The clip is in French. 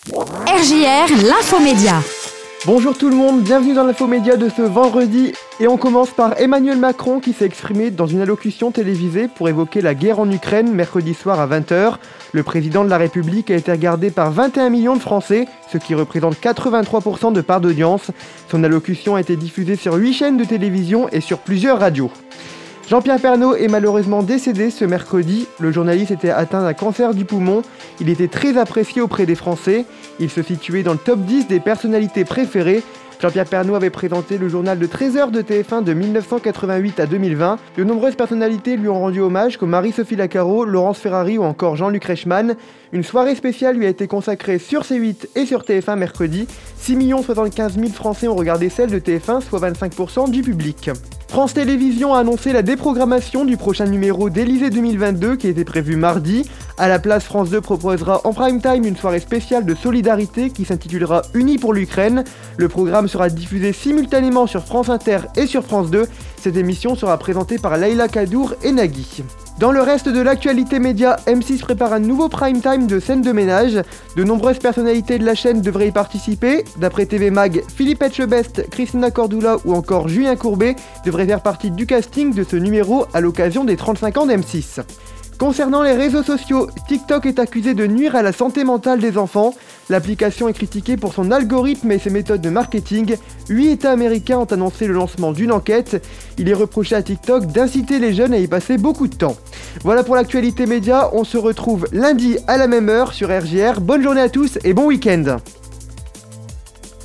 RJR, l'infomédia. Bonjour tout le monde, bienvenue dans l'infomédia de ce vendredi. Et on commence par Emmanuel Macron qui s'est exprimé dans une allocution télévisée pour évoquer la guerre en Ukraine mercredi soir à 20h. Le président de la République a été regardé par 21 millions de Français, ce qui représente 83% de part d'audience. Son allocution a été diffusée sur 8 chaînes de télévision et sur plusieurs radios. Jean-Pierre Pernaut est malheureusement décédé ce mercredi. Le journaliste était atteint d'un cancer du poumon. Il était très apprécié auprès des Français. Il se situait dans le top 10 des personnalités préférées. Jean-Pierre Pernaut avait présenté le journal de 13h de TF1 de 1988 à 2020. De nombreuses personnalités lui ont rendu hommage, comme Marie-Sophie Lacaro, Laurence Ferrari ou encore Jean-Luc Reichmann. Une soirée spéciale lui a été consacrée sur C8 et sur TF1 mercredi. 6 75 000 Français ont regardé celle de TF1, soit 25% du public. France Télévisions a annoncé la déprogrammation du prochain numéro d'Élysée 2022 qui était prévu mardi. À la place, France 2 proposera en prime time une soirée spéciale de solidarité qui s'intitulera Unis pour l'Ukraine. Le programme sera diffusé simultanément sur France Inter et sur France 2. Cette émission sera présentée par Laïla Kadour et Nagui. Dans le reste de l'actualité média, M6 prépare un nouveau prime time de scènes de ménage. De nombreuses personnalités de la chaîne devraient y participer. D'après TV Mag, Philippe Etchebest, Christina Cordula ou encore Julien Courbet devraient faire partie du casting de ce numéro à l'occasion des 35 ans d'M6. Concernant les réseaux sociaux, TikTok est accusé de nuire à la santé mentale des enfants. L'application est critiquée pour son algorithme et ses méthodes de marketing. 8 États américains ont annoncé le lancement d'une enquête. Il est reproché à TikTok d'inciter les jeunes à y passer beaucoup de temps. Voilà pour l'actualité média, on se retrouve lundi à la même heure sur RJR. Bonne journée à tous et bon week-end.